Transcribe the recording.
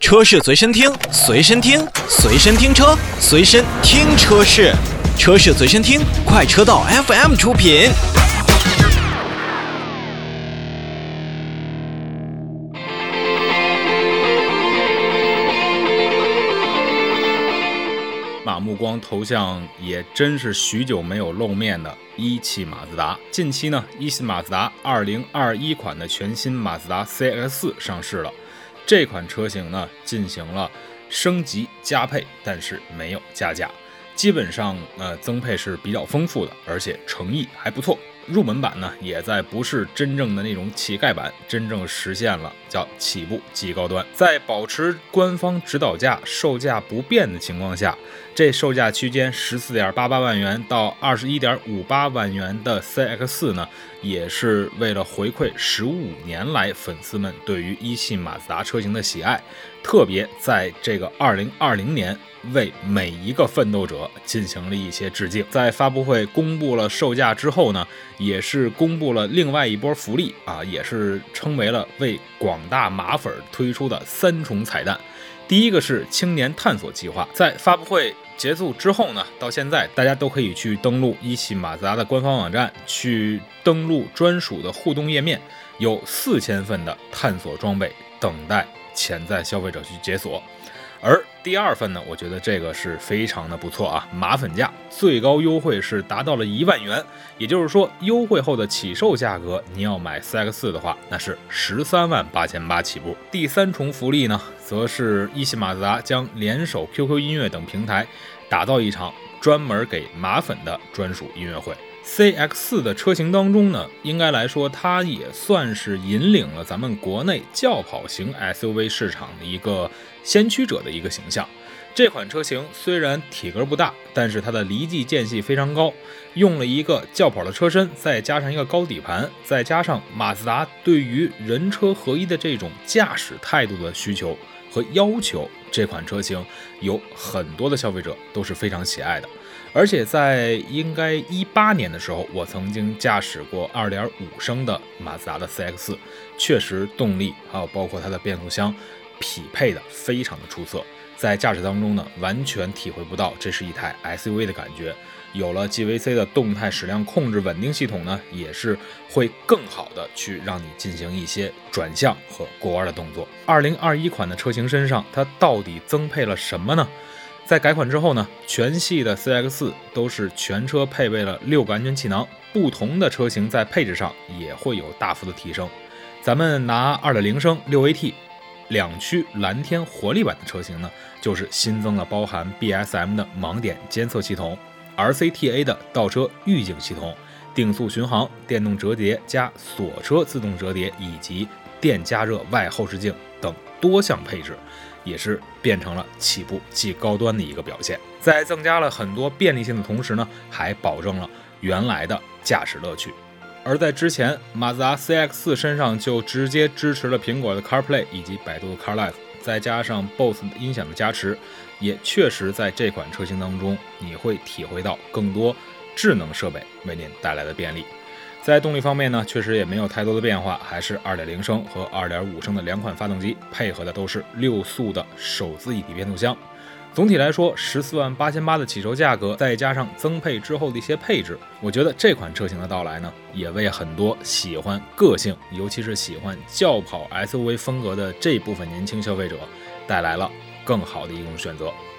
车是随身听，随身听，随身听车，随身听车是，车是随身听，快车道 FM 出品。 把目光投向也真是许久没有露面的一汽马自达。近期呢，一汽马自达2021款的全新马自达 CX-4 上市了。这款车型呢进行了升级加配，但是没有加价，基本上增配是比较丰富的，而且诚意还不错。入门版呢也在不是真正的那种乞丐版，真正实现了叫起步即高端。在保持官方指导价售价不变的情况下，这售价区间 14.88 万元到 21.58 万元的 CX-4 呢，也是为了回馈15年来粉丝们对于一汽马自达车型的喜爱，特别在这个2020年为每一个奋斗者进行了一些致敬。在发布会公布了售价之后呢，也是公布了另外一波福利啊，也是称为了为广大马粉推出的3重彩蛋。第一个是青年探索计划，在发布会结束之后呢，到现在大家都可以去登录一汽马自达的官方网站，去登录专属的互动页面，有4000份的探索装备等待潜在消费者去解锁。而第二份呢，我觉得这个是非常的不错啊，马粉价最高优惠是达到了1万元，也就是说优惠后的起售价格，你要买 CX-4 的话，那是13.88万起步。第3重福利呢，则是一汽马自达将联手 QQ 音乐等平台，打造一场专门给马粉的专属音乐会。CX-4 的车型当中呢，应该来说它也算是引领了咱们国内轿跑型 SUV 市场的一个先驱者的一个形象。这款车型虽然体格不大，但是它的离地间隙非常高，用了一个轿跑的车身，再加上一个高底盘，再加上马自达对于人车合一的这种驾驶态度的需求和要求，这款车型有很多的消费者都是非常喜爱的。而且在应该18年的时候，我曾经驾驶过 2.5 升的马自达的 CX-4， 确实动力还有包括它的变速箱匹配的非常的出色，在驾驶当中呢，完全体会不到这是一台 SUV 的感觉。有了 GVC 的动态矢量控制稳定系统呢，也是会更好的去让你进行一些转向和过弯的动作。2021款的车型身上，它到底增配了什么呢？在改款之后呢，全系的 CX-4 都是全车配备了6个安全气囊，不同的车型在配置上也会有大幅的提升。咱们拿 2.0 升 6AT 2驱蓝天活力版的车型呢，就是新增了包含 BSM 的盲点监测系统， RCTA 的倒车预警系统，定速巡航、电动折叠加锁车自动折叠以及电加热外后视镜等多项配置，也是变成了起步即高端的一个表现。在增加了很多便利性的同时呢，还保证了原来的驾驶乐趣。而在之前，马自达 CX-4 身上就直接支持了苹果的 CarPlay 以及百度的 CarLife， 再加上 BOSE 音响的加持，也确实在这款车型当中，你会体会到更多智能设备为您带来的便利。在动力方面呢，确实也没有太多的变化，还是 2.0 升和 2.5 升的2款发动机，配合的都是6速的手自一体变速箱。总体来说，14.88万的起售价格，再加上增配之后的一些配置，我觉得这款车型的到来呢，也为很多喜欢个性，尤其是喜欢轿跑 SUV 风格的这部分年轻消费者带来了更好的一种选择。